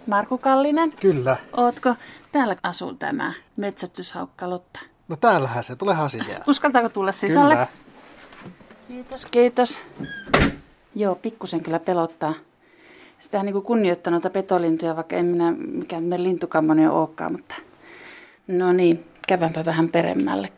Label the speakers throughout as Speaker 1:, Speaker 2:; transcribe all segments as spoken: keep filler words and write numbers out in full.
Speaker 1: Markku Kallinen?
Speaker 2: Kyllä.
Speaker 1: Ootko? Täällä asuu tämä metsästyshaukka Lotta.
Speaker 2: No täällähän se, tulehan sisään.
Speaker 1: Uskaltaako tulla sisälle?
Speaker 2: Kyllä.
Speaker 1: Kiitos, kiitos. Joo, pikkusen kyllä pelottaa. Sitä on niin kuin kunnioittanut noita petolintuja, vaikka en minä mikään lintukammonen olekaan, mutta no niin, kävänpä vähän peremmälle.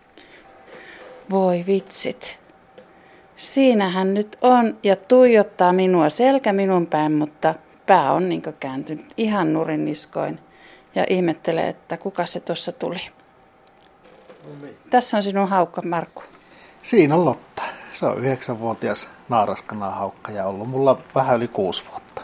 Speaker 1: Voi vitsit. Siinähän nyt on ja tuijottaa minua selkä minun päin, mutta pää on niin kuin kääntynyt ihan nurin niskoin ja ihmettelee, että kuka se tuossa tuli.
Speaker 2: No niin.
Speaker 1: Tässä on sinun haukka, Markku.
Speaker 2: Siinä on Lotta. Se on yhdeksänvuotias naaraskana haukka ja ollut mulla vähän yli kuusi vuotta.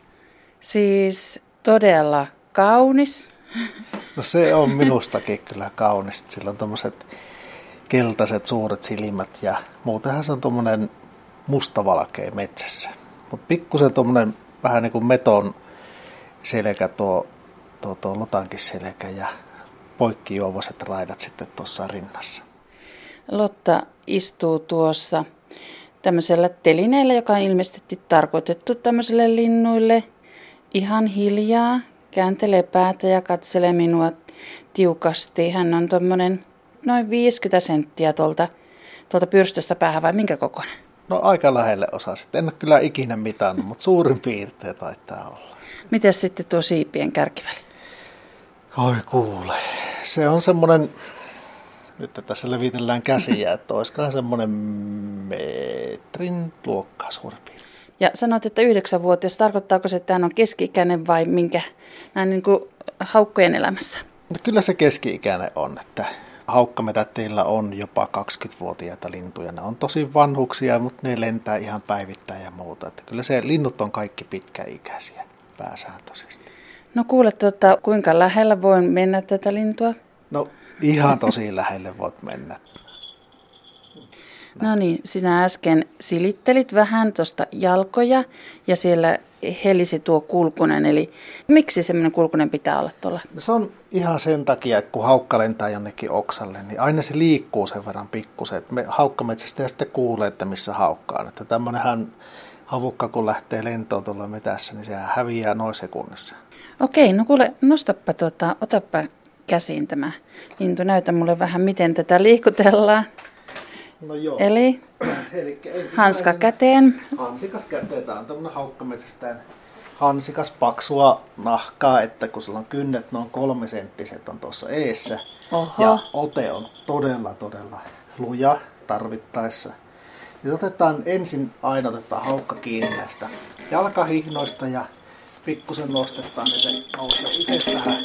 Speaker 1: Siis todella kaunis.
Speaker 2: No se on minustakin kyllä kaunista. Sillä on tommoset keltaiset suuret silmät ja muutenhan se on tommonen mustavalkea metsässä. Mutta pikkusen tommonen vähän niin kuin meton selkä tuo, tuo, tuo Lotankin selkä ja poikkijuovoiset raidat sitten tuossa rinnassa.
Speaker 1: Lotta istuu tuossa tämmöisellä telineellä, joka on ilmeisesti tarkoitettu tämmöisille linnuille. Ihan hiljaa, kääntelee päätä ja katselee minua tiukasti. Hän on tommonen noin viisikymmentä senttiä tuolta, tuolta pyrstöstä päähän, vai minkä kokoinen?
Speaker 2: No aika lähelle osasit. En ole kyllä ikinä mitannut, mutta suurin piirtein taitaa olla.
Speaker 1: Mites sitten tuo siipien kärkiväli?
Speaker 2: Oi kuule, se on semmoinen, nyt tässä levitellään käsiä, että olisikohan semmoinen metrin luokkaa suurin piirtein.
Speaker 1: Ja sanoit, että yhdeksänvuotias, tarkoittaako se, että hän on keski-ikäinen vai minkä näin niin kuin haukkojen elämässä?
Speaker 2: No kyllä se keski-ikäinen on, että haukkametäteillä on jopa kaksikymmentävuotiaita lintuja. Ne on tosi vanhuksia, mutta ne lentää ihan päivittäin ja muuta. Että kyllä se linnut on kaikki pitkäikäisiä pääsääntöisesti.
Speaker 1: No kuule, tuota, kuinka lähellä voin mennä tätä lintua?
Speaker 2: No ihan tosi lähelle voit mennä.
Speaker 1: No niin, sinä äsken silittelit vähän tuosta jalkoja ja siellä helisi tuo kulkunen. Eli miksi semmoinen kulkunen pitää olla tuolla?
Speaker 2: Se on ihan sen takia, että kun haukka lentää jonnekin oksalle, niin aina se liikkuu sen verran pikkusen. Me haukkametsästä ja sitten kuulee, että missä haukka on. Että tämmöinenhän havukka, kun lähtee lentoon tuolla metässä, niin sehän häviää noin sekunnissa.
Speaker 1: Okei, no kuule, nostappa tota, otappa käsiin tämä lintu. Näytä mulle vähän, miten tätä liikutellaan.
Speaker 2: No joo.
Speaker 1: Eli
Speaker 2: Elikkä
Speaker 1: hanska käteen.
Speaker 2: Hansikas käteen. Tämä on tämmöinen haukkametsästäjän hansikas, paksua nahkaa, että kun sillä on kynnet noin kolmisenttiset on tuossa eessä.
Speaker 1: Oho.
Speaker 2: Ja ote on todella, todella luja tarvittaessa. Niin otetaan ensin aina otetaan haukka kiinni näistä jalkahihnoista ja pikkusen nostetaan, niin se nousee itse tähän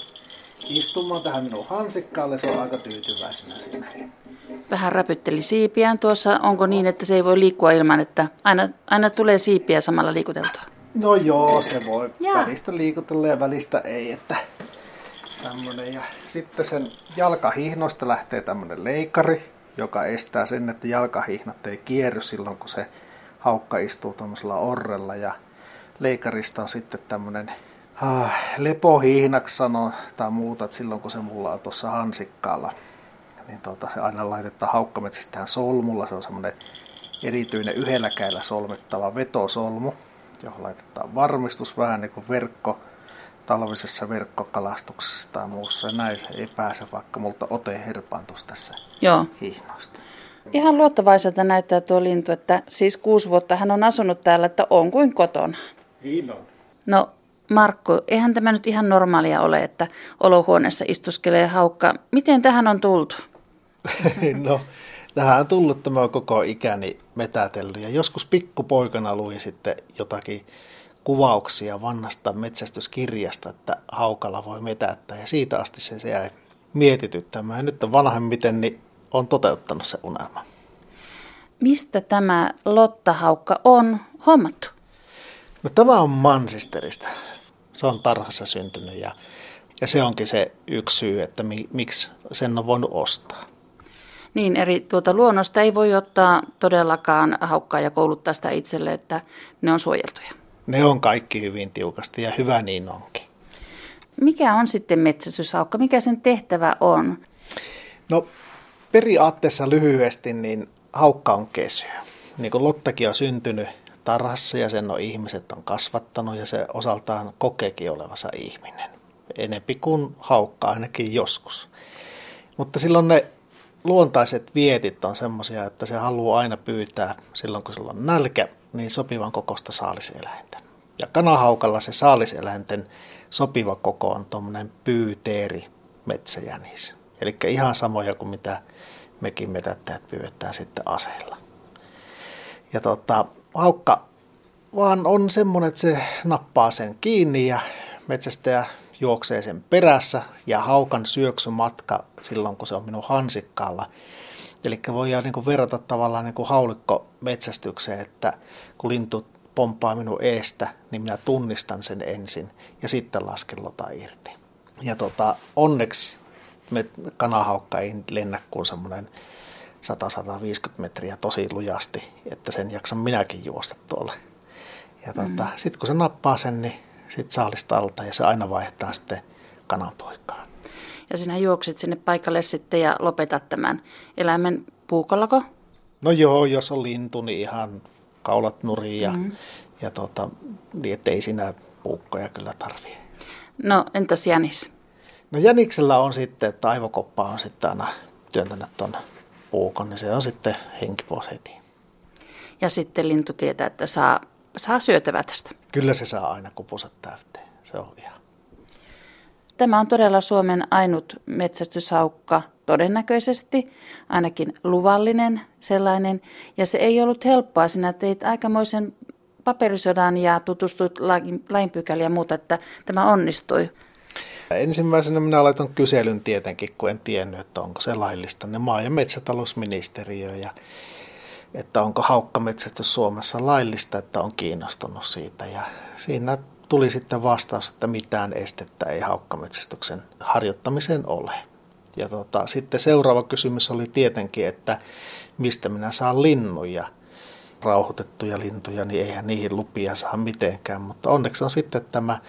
Speaker 2: istumaan tähän minun hansikkaalle. Se on aika tyytyväisenä siinä.
Speaker 1: Vähän räpytteli siipiään tuossa. Onko niin, että se ei voi liikkua ilman, että aina, aina tulee siipiä samalla liikuteltua?
Speaker 2: No joo, se voi
Speaker 1: Jaa.
Speaker 2: välistä liikutella ja välistä ei. Että tämmönen. Ja sitten sen jalkahihnoista lähtee tämmöinen leikari, joka estää sen, että jalkahihnat ei kierry silloin, kun se haukka istuu tuollaisella orrella. Ja leikarista on sitten tämmöinen ah, lepohihnaksi sanoo tai muuta, että silloin kun se mulla on tuossa hansikkaalla, niin tuota, se aina laitetaan haukkametsästä tähän solmulla. Se on semmoinen erityinen yhdellä kädellä solmittava vetosolmu, johon laitetaan varmistus vähän niin kuin verkko, talvisessa verkkokalastuksessa tai muussa. Ja näin se ei pääse, vaikka multa ote herpaantuisi tässä
Speaker 1: Joo.
Speaker 2: hihnoista.
Speaker 1: Ihan luottavaiselta näyttää tuo lintu, että siis kuusi vuotta hän on asunut täällä, että on kuin kotona.
Speaker 2: Niin on.
Speaker 1: No Markku, eihän tämä nyt ihan normaalia ole, että olohuoneessa istuskelee haukka. Miten tähän on tultu?
Speaker 2: No, tähän on tullut tämä koko ikäni metätellyt. Ja joskus pikkupoikana luin sitten jotakin kuvauksia vanhasta metsästyskirjasta, että haukalla voi metättää. Ja siitä asti se, se jäi mietityttämään. Ja nyt on vanhemmiten, niin on toteuttanut se unelma.
Speaker 1: Mistä tämä Lotta-haukka on hommattu?
Speaker 2: No, tämä on Manchesterista. Se on tarhassa syntynyt ja, ja se onkin se yksi syy, että mi, miksi sen on voinut ostaa.
Speaker 1: Niin, eri tuota luonnosta ei voi ottaa todellakaan haukkaa ja kouluttaa sitä itselle, että ne on suojeltuja.
Speaker 2: Ne on kaikki hyvin tiukasti ja hyvä niin onkin.
Speaker 1: Mikä on sitten metsästyshaukka? Mikä sen tehtävä on?
Speaker 2: No periaatteessa lyhyesti niin haukka on kesy. Niin kuin Lottakin on syntynyt tarhassa ja sen on ihmiset on kasvattanut ja se osaltaan kokeekin olevansa ihminen. Enempi kuin haukka ainakin joskus. Mutta silloin ne luontaiset vietit on semmoisia, että se haluaa aina pyytää silloin kun sillä on nälkä, niin sopivan kokoista saaliseläintä. Ja kanahaukalla se saaliseläinten sopiva koko on tuommoinen pyyteeri metsäjänis. Eli ihan samoja kuin mitä mekin metättäjät pyydetään sitten aseilla. Ja tota, haukka vaan on semmoinen, että se nappaa sen kiinni ja metsästäjä juoksee sen perässä ja haukan syöksymatka silloin, kun se on minun hansikkaalla. Eli voidaan niin kuin verrata tavallaan niin kuin haulikkometsästykseen, että kun lintu pomppaa minun eestä, niin minä tunnistan sen ensin ja sitten lasken lota irti. Ja tota, onneksi me kanahaukka ei lennä kuin semmoinen sata viisikymmentä metriä tosi lujasti, että sen jaksan minäkin juosta tuolla. Ja tota, mm. sitten kun se nappaa sen, niin sitten saalista alta ja se aina vaihtaa sitten kananpoikaan.
Speaker 1: Ja sinä juokset sinne paikalle sitten ja lopetat tämän eläimen puukollako?
Speaker 2: No joo, jos on lintu, niin ihan kaulat nurin ja, mm. ja tota, niin ettei siinä puukkoja kyllä tarvitse.
Speaker 1: No entäs jänis?
Speaker 2: No jäniksellä on sitten, että aivokoppa on sitten aina työntänyt tuon puukon, niin se on sitten henki pois heti.
Speaker 1: Ja sitten lintu tietää, että saa, saa syötävää tästä.
Speaker 2: Kyllä se saa aina kupunsa täyteen, se on ihan.
Speaker 1: Tämä on todella Suomen ainut metsästyshaukka, todennäköisesti, ainakin luvallinen sellainen. Ja se ei ollut helppoa, sinä teit aikamoisen paperisodan ja tutustuit lainpykäliä ja muuta, että tämä onnistui.
Speaker 2: Ensimmäisenä minä laitan kyselyn tietenkin, kun en tiennyt, että onko se laillista. Ne maa- ja metsätalousministeriö ja että onko haukkametsästys Suomessa laillista, että on kiinnostunut siitä. Ja siinä tuli sitten vastaus, että mitään estettä ei haukkametsästyksen harjoittamiseen ole. Ja tota, sitten seuraava kysymys oli tietenkin, että mistä minä saan linnuja, rauhoitettuja lintuja, niin eihän niihin lupia saa mitenkään. Mutta onneksi on sitten tämä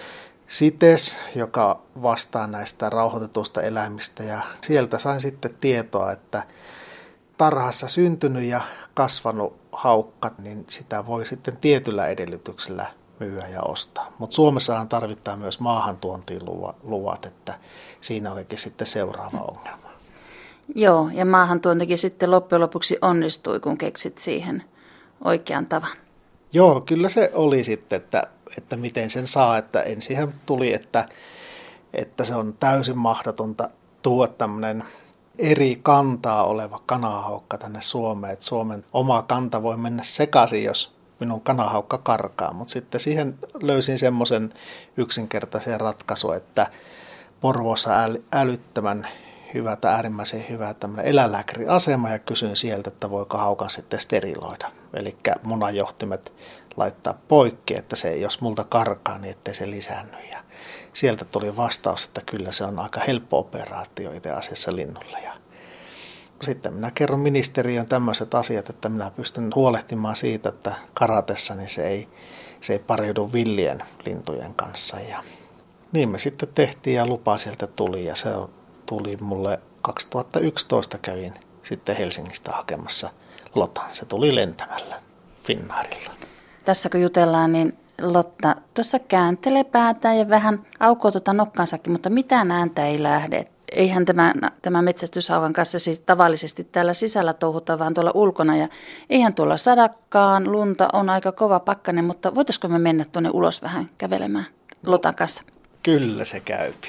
Speaker 2: CITES, joka vastaa näistä rauhoitetuista eläimistä. Ja sieltä sain sitten tietoa, että tarhassa syntynyt ja kasvanut haukka, niin sitä voi sitten tietyllä edellytyksellä myyä ja ostaa. Mutta Suomessahan tarvitaan myös maahantuontiin luvat, että siinä olikin sitten seuraava ongelma.
Speaker 1: Joo, ja maahantuontikin sitten loppujen lopuksi onnistui, kun keksit siihen oikean tavan.
Speaker 2: Joo, kyllä se oli sitten, että, että miten sen saa. Että ensinhän tuli, että, että se on täysin mahdotonta tuoda tämmöinen eri kantaa oleva kanahaukka tänne Suomeen. Että Suomen oma kanta voi mennä sekaisin, jos minun kanahaukka karkaa. Mutta sitten siihen löysin semmoisen yksinkertaisen ratkaisun, että Porvoossa äly, älyttömän hyvä tai äärimmäisen hyvä tämmöinen eläinlääkäriasema ja kysyin sieltä, että voiko haukan sitten steriloida. Eli munanjohtimet laittaa poikki, että se, jos multa karkaa, niin ettei se lisäänny. Ja sieltä tuli vastaus, että kyllä se on aika helppo operaatio itse asiassa linnulle. Ja sitten minä kerron ministeriön tämmöiset asiat, että minä pystyn huolehtimaan siitä, että karatessa niin se ei, se ei pariudu villien lintujen kanssa. Ja niin me sitten tehtiin ja lupa sieltä tuli ja se tuli mulle kaksituhattayksitoista kävin sitten Helsingistä hakemassa Lotan. Se tuli lentämällä Finnairilla.
Speaker 1: Tässä kun jutellaan, niin Lotta tuossa kääntelee päätään ja vähän aukoo tuota nokkansakin, mutta mitään ääntä ei lähde. Eihän tämä, tämä metsästyshaukan kanssa siis tavallisesti täällä sisällä touhuta, vaan tuolla ulkona. Ja eihän tuolla sadakkaan, lunta on aika kova pakkanen, mutta voitaisiko me mennä tuonne ulos vähän kävelemään Lotan kanssa?
Speaker 2: Kyllä se käypi.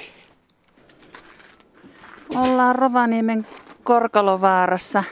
Speaker 1: Ollaan Rovaniemen Korkalovaarassa.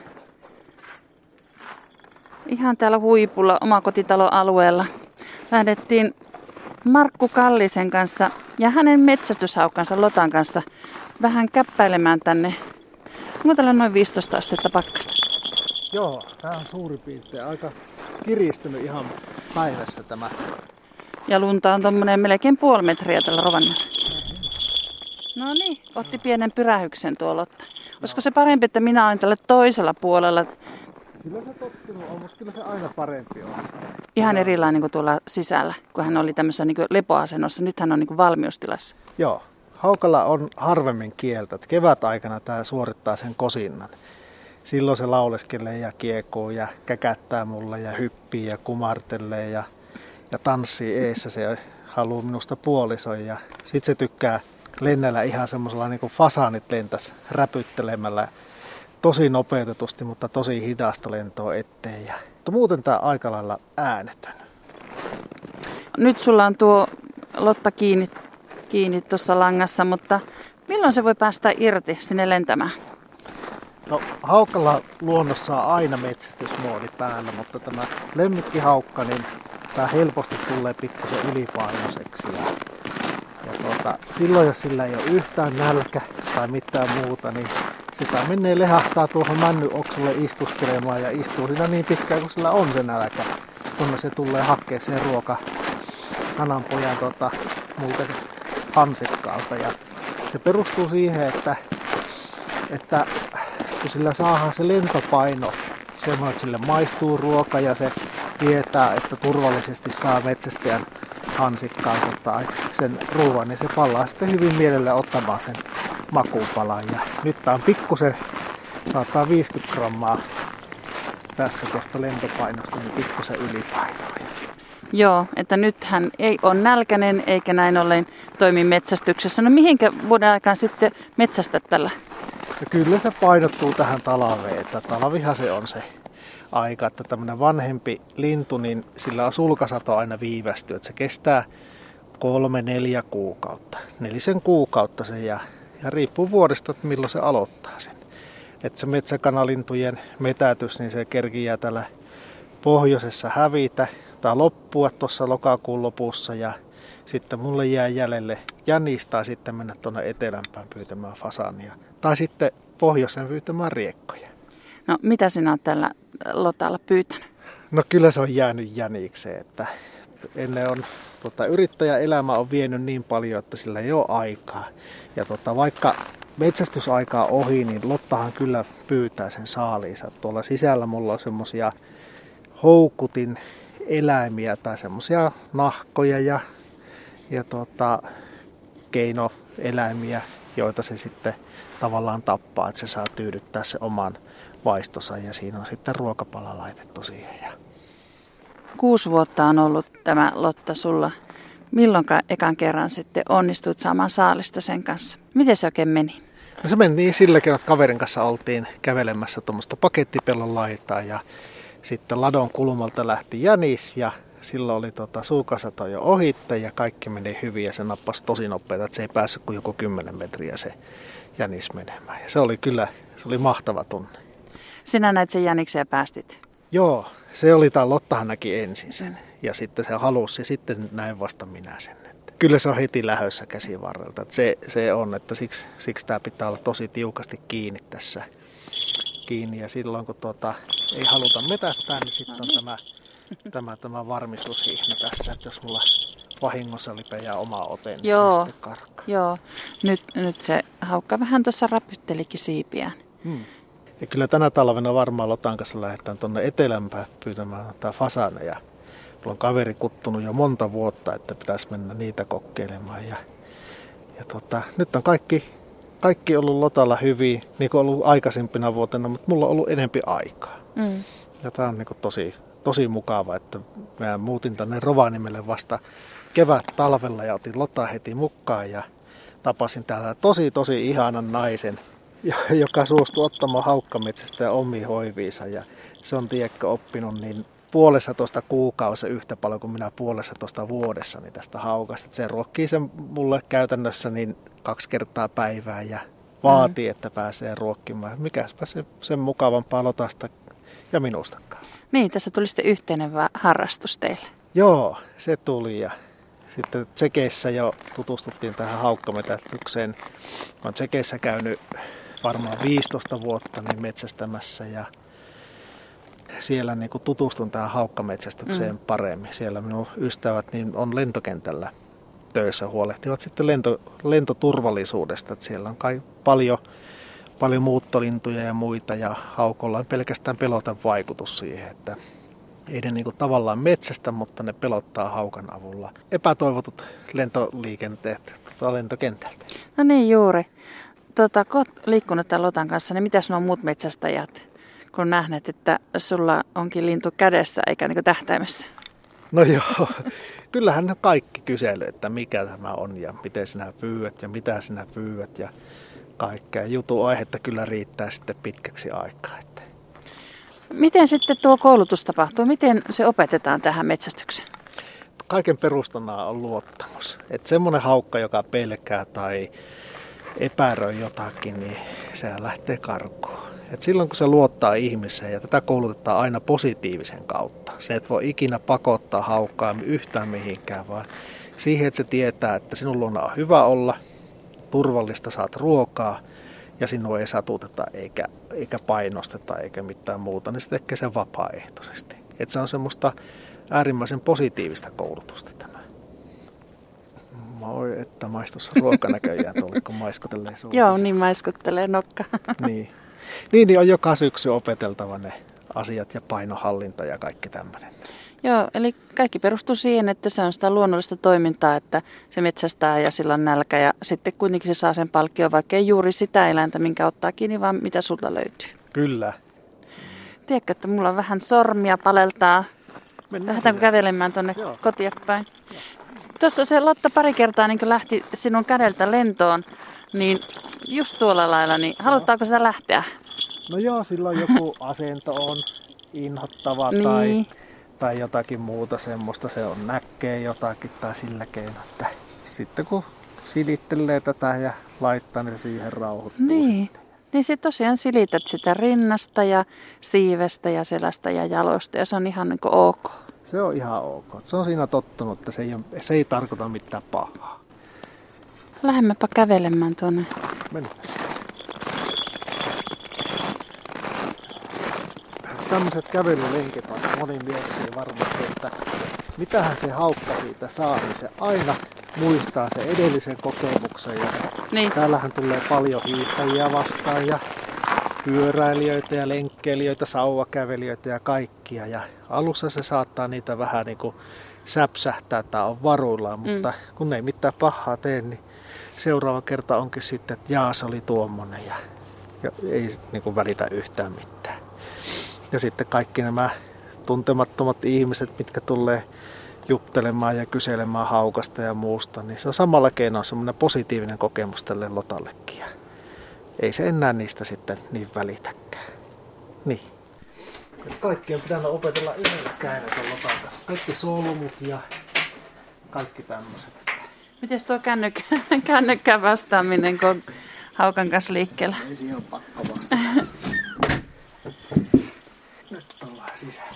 Speaker 1: Ihan täällä huipulla omakotitaloalueella. Lähdettiin Markku Kallisen kanssa ja hänen metsästyshaukkansa Lotan kanssa vähän käppäilemään tänne. Onko täällä noin viisitoista astetta pakkasta?
Speaker 2: Joo, tää on suurin piirtein aika kiristynyt ihan päivässä tämä.
Speaker 1: Ja lunta on tommonen melkein puoli metriä tällä Rovaniemellä. No niin, otti pienen pyrähyksen tuo Lotta. Olisiko se parempi, että minä olen tällä toisella puolella?
Speaker 2: Kyllä se tottunut on, mutta kyllä se aina parempi on.
Speaker 1: Ihan erilainen kuin tuolla sisällä, kun hän oli tämmöisessä niin kuin lepoasennossa. Nyt hän on niin kuin valmiustilassa.
Speaker 2: Joo, haukalla on harvemmin kieltä. Kevät aikana tämä suorittaa sen kosinnan. silloin se lauleskelee ja kiekoo ja käkättää mulle ja hyppii ja kumartelee ja, ja tanssii eessä. Se haluaa minusta puolison ja sitten se tykkää lennellä ihan semmoisella niin kuin fasaanit lentäisi räpyttelemällä tosi nopeutetusti, mutta tosi hidasta lentoa eteen. Ja, mutta muuten tämä aika lailla äänetön.
Speaker 1: Nyt sulla on tuo Lotta kiinni, kiinni tuossa langassa, mutta milloin se voi päästä irti sinne lentämään?
Speaker 2: No, haukalla luonnossa on aina metsästysmoodi päällä, mutta tämä lemmikkihaukka, niin tämä helposti tulee pikkusen ylipainoiseksi. Ja, ja tuota, silloin, jos sillä ei ole yhtään nälkä tai mitään muuta, niin sitä menee lehahtaa tuohon männyoksalle istuskelemaan ja istuu siinä niin pitkään, kun sillä on se nälkä, kun se tulee hakkeen sen ruoka kananpojan tota, muuten hansikkaalta. Ja se perustuu siihen, että, että kun sillä saadaan se lentopaino semmoinen, että sille maistuu ruoka ja se tietää, että turvallisesti saa metsästäjän hansikkaalta tai sen ruoan, niin se palaa sitten hyvin mielelle ottamaan sen makuupalan. Ja nyt tää on pikkusen, saattaa viisikymmentä grammaa tässä tuosta lentopainosta, niin pikkusen ylipainoa.
Speaker 1: Joo, että nyt hän ei ole nälkäinen eikä näin ollen toimi metsästyksessä. No mihinkä vuoden aikaan sitten metsästät tällä?
Speaker 2: Ja kyllä se painottuu tähän talveen, että talvihan se on se aika, että tämmöinen vanhempi lintu, niin sillä on sulkasato aina viivästyy, että se kestää kolme, neljä kuukautta, nelisen kuukautta se ja, ja riippuu vuodesta, että milloin se aloittaa sen. Että se metsäkanalintujen metätys, niin se kerkiää täällä pohjoisessa hävitä tai loppua tuossa lokakuun lopussa ja sitten mulle jää jäljelle jänis tai sitten mennä tuonne etelämpään pyytämään fasania tai sitten pohjoisen pyytämään riekkoja.
Speaker 1: No mitä sinä olet tällä Lotalla pyytänyt?
Speaker 2: No kyllä se on jäänyt jänikseen, että ennen on, tota, yrittäjäelämä on vienyt niin paljon, että sillä ei ole aikaa. Ja tota, vaikka metsästysaikaa ohi, niin Lottahan kyllä pyytää sen saaliinsa. Tuolla sisällä mulla on semmosia houkutin eläimiä tai semmosia nahkoja ja, ja tota, keinoeläimiä, joita se sitten tavallaan tappaa, että se saa tyydyttää se oman vaistonsa ja siinä on sitten ruokapala laitettu siihen.
Speaker 1: Kuusi vuotta on ollut tämä Lotta sulla. Milloinka ekan kerran sitten onnistuit saamaan saalista sen kanssa? Miten se oikein meni?
Speaker 2: No se meni niin silläkin, että kaverin kanssa oltiin kävelemässä tuommoista pakettipellon laitaa ja sitten ladon kulmalta lähti jänis ja silloin oli tota suukasato jo ohitte ja kaikki meni hyvin ja se nappasi tosi nopeasti, että se ei päässyt kuin joku kymmenen metriä se jänis menemään. Ja se oli kyllä, se oli mahtava tunne.
Speaker 1: Sinä näit sen jäniksen ja päästit?
Speaker 2: Joo, se oli tämä Lottahan näki ensin sen ja sitten se halusi ja sitten näin vasta minä sen. Että kyllä se on heti lähössä käsivarrelta. Että se, se on, että siksi, siksi tämä pitää olla tosi tiukasti kiinni tässä. Kiinni ja silloin kun tuota, ei haluta metättää, niin sitten on tämä, tämä, tämä varmistushihna tässä, että jos mulla vahingossa lipeää oma ote, niin joo, se sitten karkaa.
Speaker 1: Joo, nyt, nyt se haukka vähän tuossa räpyttelikin siipiään.
Speaker 2: Hmm. Ja kyllä tänä talvena varmaan Lotan kanssa lähdetään tuonne etelämpään pyytämään tämä fasaneja. Mulla on kaveri kuttunut jo monta vuotta, että pitäisi mennä niitä kokeilemaan. Ja, ja tota, nyt on kaikki, kaikki ollut Lotalla hyvin, niin kuin ollut aikaisempina vuotena, mutta mulla on ollut enempi aikaa. Mm. Ja tämä on niin kuin tosi, tosi mukava, että mä muutin tänne Rovaniemelle vasta kevät-talvella ja otin Lotaa heti mukaan ja tapasin täällä tosi tosi ihanan naisen, joka suostui ottamaan haukkametsästä ja omiin hoiviinsa. Ja se on tiedäkö oppinut niin puolessa toista kuukaudessa yhtä paljon kuin minä puolessa toista vuodessa niin tästä haukasta. Et se ruokkii sen mulle käytännössä niin kaksi kertaa päivää ja vaatii, mm. että pääsee ruokkimaan. Mikäspä se, sen mukavampaa Lotasta ja minustakaan.
Speaker 1: Niin, tässä tuli sitten yhteinen harrastus teille.
Speaker 2: Joo, se tuli ja sitten Tsekeissä jo tutustuttiin tähän haukkametätykseen. Olen Tsekeissä käynyt varmaan viisitoista vuotta niin metsästämässä ja siellä niin kuin tutustun tähän haukkametsästykseen mm. paremmin. Siellä minun ystävät niin on lentokentällä töissä, huolehtivat sitten lento, lentoturvallisuudesta. Että siellä on kai paljon, paljon muuttolintuja ja muita ja haukolla on pelkästään pelotevaikutus siihen, että ei ne niin kuin tavallaan metsästä, mutta ne pelottaa haukan avulla. Epätoivotut lentoliikenteet tuota lentokentältä.
Speaker 1: No niin juuri. Tota, kun olet liikkunut tämän Lotan kanssa, niin mitäs nuo muut metsästäjät kun nähneet, että sulla onkin lintu kädessä eikä niin tähtäimessä?
Speaker 2: No joo, kyllähän ne kaikki kysely, että mikä tämä on ja miten sinä pyydät ja mitä sinä pyydät ja kaikkea. Jutun aihetta kyllä riittää sitten pitkäksi aikaa. Että.
Speaker 1: Miten sitten tuo koulutus tapahtuu? Miten se opetetaan tähän metsästykseen?
Speaker 2: Kaiken perustana on luottamus. Että semmoinen haukka, joka pelkää tai epäröi jotakin, niin sehän lähtee karkuun. Et silloin kun se luottaa ihmiseen, ja tätä koulutetaan aina positiivisen kautta. Se et voi ikinä pakottaa haukkaa yhtään mihinkään, vaan siihen, että se tietää, että sinun luona on hyvä olla, turvallista, saat ruokaa ja sinua ei satuteta eikä, eikä painosteta eikä mitään muuta, niin se tekee sen vapaaehtoisesti. Et se on semmoista äärimmäisen positiivista koulutusta tämä. Moi, että maistossa ruoka näköjään tuli, kun maiskotelee suunnassa.
Speaker 1: Joo, niin maiskottelee nokka.
Speaker 2: Niin. Niin, niin on joka syksy opeteltava ne asiat ja painohallinta ja kaikki tämmöinen.
Speaker 1: Joo, eli kaikki perustuu siihen, että se on sitä luonnollista toimintaa, että se metsästää ja sillä on nälkä ja sitten kuitenkin se saa sen palkkion, vaikka ei juuri sitä eläintä, minkä ottaa kiinni, vaan mitä sulta löytyy.
Speaker 2: Kyllä.
Speaker 1: Tiedätkö, että mulla on vähän sormia paleltaa. Lähdetäänkö kävelemään tuonne kotiin päin? Tuossa se Lotta pari kertaa niin lähti sinun kädeltä lentoon, niin just tuolla lailla, niin halutaanko sitä lähteä?
Speaker 2: No joo, silloin joku asento on inhottava niin. tai, tai jotakin muuta semmoista, se on näkee jotakin tai sillä keinoin, että sitten kun silittelee tätä ja laittaa, niin siihen rauhoittuu
Speaker 1: niin.
Speaker 2: sitten.
Speaker 1: Niin sit tosiaan silität sitä rinnasta ja siivestä ja selästä ja jaloista ja se on ihan niin kuin ok.
Speaker 2: Se on ihan ok. Se on siinä tottunut, että se ei, se ei tarkoita mitään pahaa.
Speaker 1: Lähdemmepä kävelemään tuonne.
Speaker 2: Mennään. Tämmöiset kävelylenkit on moni miettii varmasti, että mitähän se haukka siitä saa, niin se aina muistaa sen edellisen kokemuksen. Ja
Speaker 1: niin.
Speaker 2: Täällähän tulee paljon hiihtäjiä vastaan ja pyöräilijöitä ja lenkkeilijöitä, sauvakävelijöitä ja kaikkia. Ja alussa se saattaa niitä vähän niin kuin säpsähtää tai on varuillaan, mutta mm. kun ei mitään pahaa tee, niin seuraava kerta onkin sitten, että jaa, se oli tuommoinen ja, ja ei niin kuin välitä yhtään mitään. Ja sitten kaikki nämä tuntemattomat ihmiset, mitkä tulee juttelemaan ja kyselemään haukasta ja muusta, niin se on samalla keinoin semmoinen positiivinen kokemus tälle Lotallekin. Ja ei se enää niistä sitten niin välitäkään. Niin. Kaikkien pitänyt opetella yhdellä käydä tuon Lotan kanssa. Kaikki solmut ja kaikki tämmöiset.
Speaker 1: Miten tuo kännykkä, kännykkään vastaaminen, kun on haukan kanssa liikkeellä?
Speaker 2: Ei siihen ole pakko vastata. Nyt ollaan sisällä.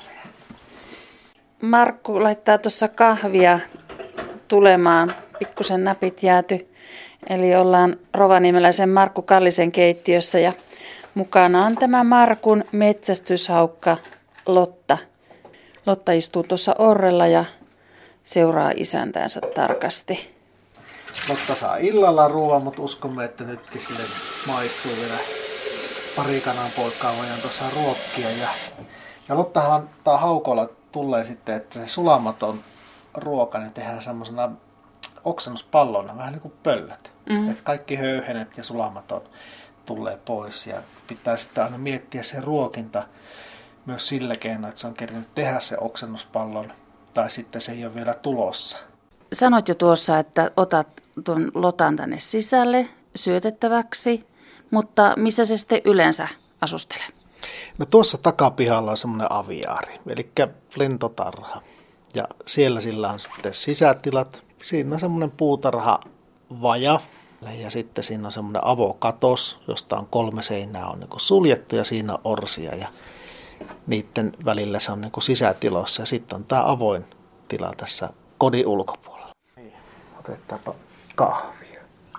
Speaker 1: Markku laittaa tuossa kahvia tulemaan. Pikkusen napit jääty. Eli ollaan rovaniemeläisen Markku Kallisen keittiössä ja mukana on tämä Markun metsästyshaukka Lotta. Lotta istuu tuossa orrella ja seuraa isäntäänsä tarkasti.
Speaker 2: Lotta saa illalla ruoan, mutta uskomme, että nytkin sille maistuu vielä pari kanan poikaa voidaan tuossa ruokkia. Ja, ja Lottahan tää haukolla tulee sitten, että se sulamaton ruoka niin tehdään semmoisena oksennuspallona, vähän niin kuin pöllöt. Mm-hmm. Että kaikki höyhenet ja sulamaton tulee pois ja pitää sitten aina miettiä se ruokinta myös sillä keinoin, että se on kerinyt tehdä se oksennuspallon tai sitten se ei ole vielä tulossa.
Speaker 1: Sanoit jo tuossa, että otat tuon Lotan tänne sisälle syötettäväksi, mutta missä se sitten yleensä asustelee?
Speaker 2: No tuossa takapihalla on semmoinen aviaari, eli lentotarha. Ja siellä sillä on sitten sisätilat. Siinä on semmoinen puutarhavaja ja sitten siinä on semmoinen avokatos, josta on kolme seinää on niin kuin suljettu ja siinä on orsia ja niiden välillä se on niin kuin sisätiloissa ja sitten on tämä avoin tila tässä kodin ulkopuolella. Otetaanpa kahvia.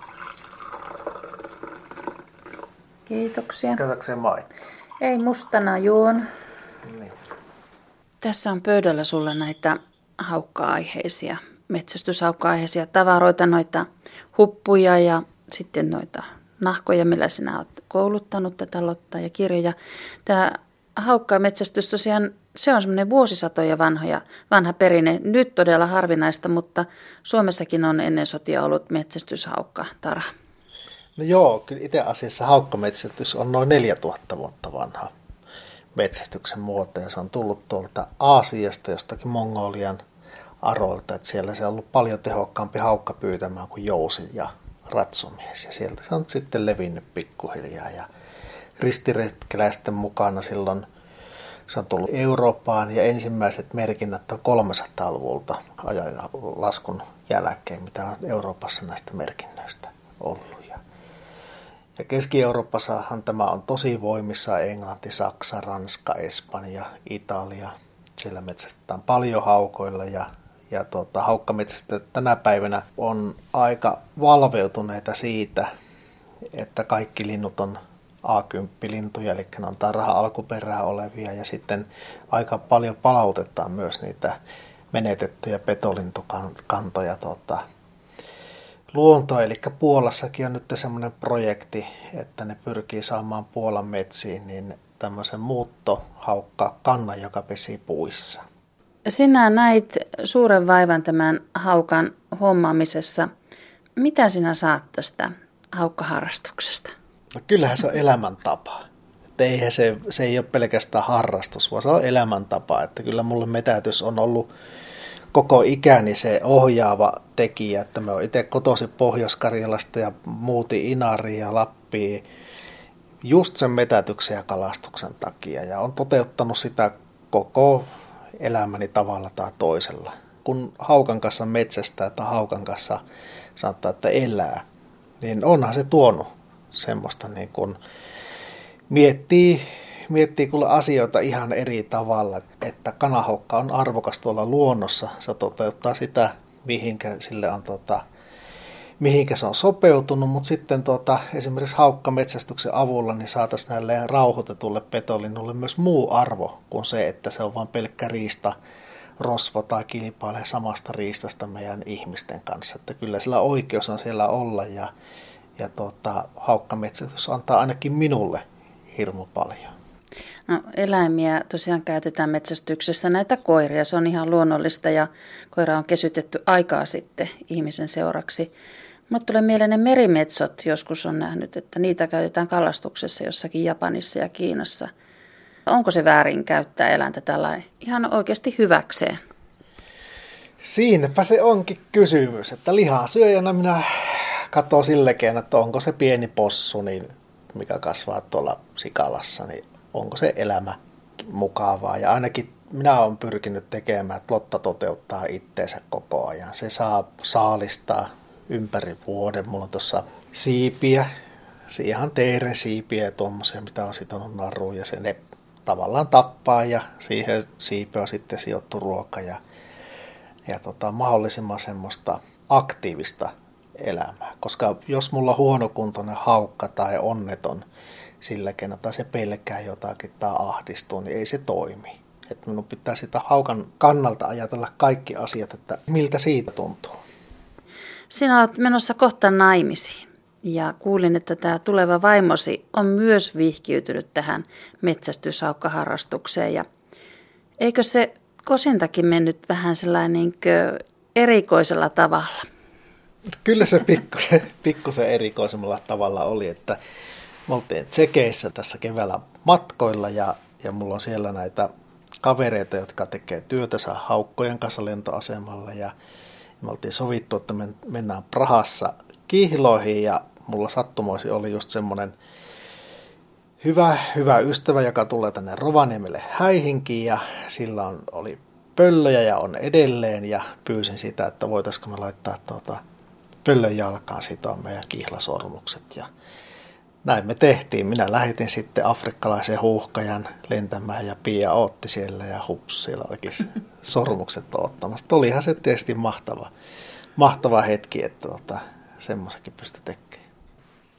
Speaker 1: Kiitoksia.
Speaker 2: Käytätkö maitoa?
Speaker 1: Ei, mustana juon.
Speaker 2: Niin.
Speaker 1: Tässä on pöydällä sulla näitä haukka-aiheisia, metsästyshaukka-aiheisia tavaroita, noita huppuja ja sitten noita nahkoja, millä sinä olet kouluttanut tätä Lottaa ja kirjoja. Tämä haukka-metsästys tosiaan, se on semmoinen vuosisatoja vanhoja, vanha perinne, nyt todella harvinaista, mutta Suomessakin on ennen sotia ollut metsästyshaukka-tarha.
Speaker 2: No joo, kyllä itse asiassa haukkametsästys on noin neljätuhatta vuotta vanha metsästyksen muoto ja se on tullut tuolta Aasiasta jostakin Mongolian aroilta, että siellä se on ollut paljon tehokkaampi haukka pyytämään kuin jousi ja ratsumies ja sieltä se on sitten levinnyt pikkuhiljaa ja ristiretkeläisten mukana silloin se on tullut Eurooppaan ja ensimmäiset merkinnät on kolmesataaluvulta ajan laskun jälkeen, mitä on Euroopassa näistä merkinnöistä ollut. Ja Keski-Euroopassahan tämä on tosi voimissa, Englanti, Saksa, Ranska, Espanja, Italia. Siellä metsästetään paljon haukoilla ja, ja tuota, haukkametsästäjät tänä päivänä on aika valveutuneita siitä, että kaikki linnut on A kymmenen lintuja, eli ne on tarha alkuperää olevia ja sitten aika paljon palautetaan myös niitä menetettyjä petolintukantoja tuota, luontoa. Eli Puolassakin on nyt semmoinen projekti, että ne pyrkii saamaan Puolan metsiin niin tämmöisen muuttohaukka kannan, joka pesii puissa.
Speaker 1: Sinä näit suuren vaivan tämän haukan hommaamisessa. Mitä sinä saat tästä haukkaharrastuksesta?
Speaker 2: No kyllähän se on elämäntapa. Että eihän se, se ei ole pelkästään harrastus, vaan se on elämäntapa. Että kyllä mulle metätys on ollut koko ikäni se ohjaava tekijä. Että mä oon itse kotoisin Pohjois-Karjalasta ja muutin Inariin ja Lappiin just sen metätyksen ja kalastuksen takia. Ja on toteuttanut sitä koko elämäni tavalla tai toisella. Kun haukan kanssa metsästää tai haukan kanssa saattaa, että elää, niin onhan se tuonut semmoista niin kuin miettii, miettii kuule asioita ihan eri tavalla, että kanahaukka on arvokas tuolla luonnossa, se toteuttaa sitä, mihinkä, sille on, tota, mihinkä se on sopeutunut, mutta sitten tota, esimerkiksi haukkametsästyksen avulla niin saataisiin näille rauhoitetulle petolinnulle myös muu arvo kuin se, että se on vain pelkkä riista, rosvo tai kilpailee samasta riistasta meidän ihmisten kanssa, että kyllä sillä oikeus on siellä olla ja Ja tuota, haukkametsästys antaa ainakin minulle hirmu paljon.
Speaker 1: No, eläimiä tosiaan käytetään metsästyksessä, näitä koiria. Se on ihan luonnollista ja koira on kesytetty aikaa sitten ihmisen seuraksi. Mutta tulee mieleen ne merimetsot, joskus on nähnyt, että niitä käytetään kalastuksessa jossakin Japanissa ja Kiinassa. Onko se väärin käyttää eläintä tällainen ihan oikeasti hyväkseen?
Speaker 2: Siinäpä se onkin kysymys, että lihansyöjänä minä katsoo sillekin, että onko se pieni possu, niin mikä kasvaa tuolla Sikalassa, niin onko se elämä mukavaa. Ja ainakin minä olen pyrkinyt tekemään, että Lotta toteuttaa itteensä koko ajan. Se saa saalistaa ympäri vuoden. Mulla on tuossa siipiä, ihan teeresiipiä ja tuommoisia, mitä on sitonut naruun. Ja se ne tavallaan tappaa ja siihen siipeen sitten sijoittu ruoka. Ja, ja tota, mahdollisimman semmoista aktiivista elämää. Koska jos mulla on huonokuntoinen haukka tai onneton sillä kenä tai se pelkää jotakin tai ahdistuu, niin ei se toimi. Että minun pitää sitä haukan kannalta ajatella kaikki asiat, että miltä siitä tuntuu.
Speaker 1: Sinä olet menossa kohta naimisiin ja kuulin, että tämä tuleva vaimosi on myös vihkiytynyt tähän metsästyshaukkaharrastukseen. Ja eikö se kosintakin mennyt vähän sellainen niin kuin erikoisella tavalla?
Speaker 2: Kyllä se pikkusen, pikkusen erikoisemmalla tavalla oli, että me oltiin Tsekeissä tässä keväällä matkoilla ja, ja mulla on siellä näitä kavereita, jotka tekee työtä haukkojen kanssa lentoasemalla ja me oltiin sovittu, että me mennään Prahassa kihloihin ja mulla sattumoisin oli just semmoinen hyvä, hyvä ystävä, joka tulee tänne Rovaniemelle häihinkin ja sillä on, oli pöllöjä ja on edelleen ja pyysin sitä, että voitaisiko me laittaa tuota pöllön jalkaan sitoa meidän kihlasormukset ja näin me tehtiin. Minä lähetin sitten afrikkalaisen huuhkajan lentämään ja Pia otti siellä ja hups, siellä olikin sormukset ottamassa. Olihan se tietysti mahtava, mahtava hetki, että tota, semmoisenkin pystyi tekemään.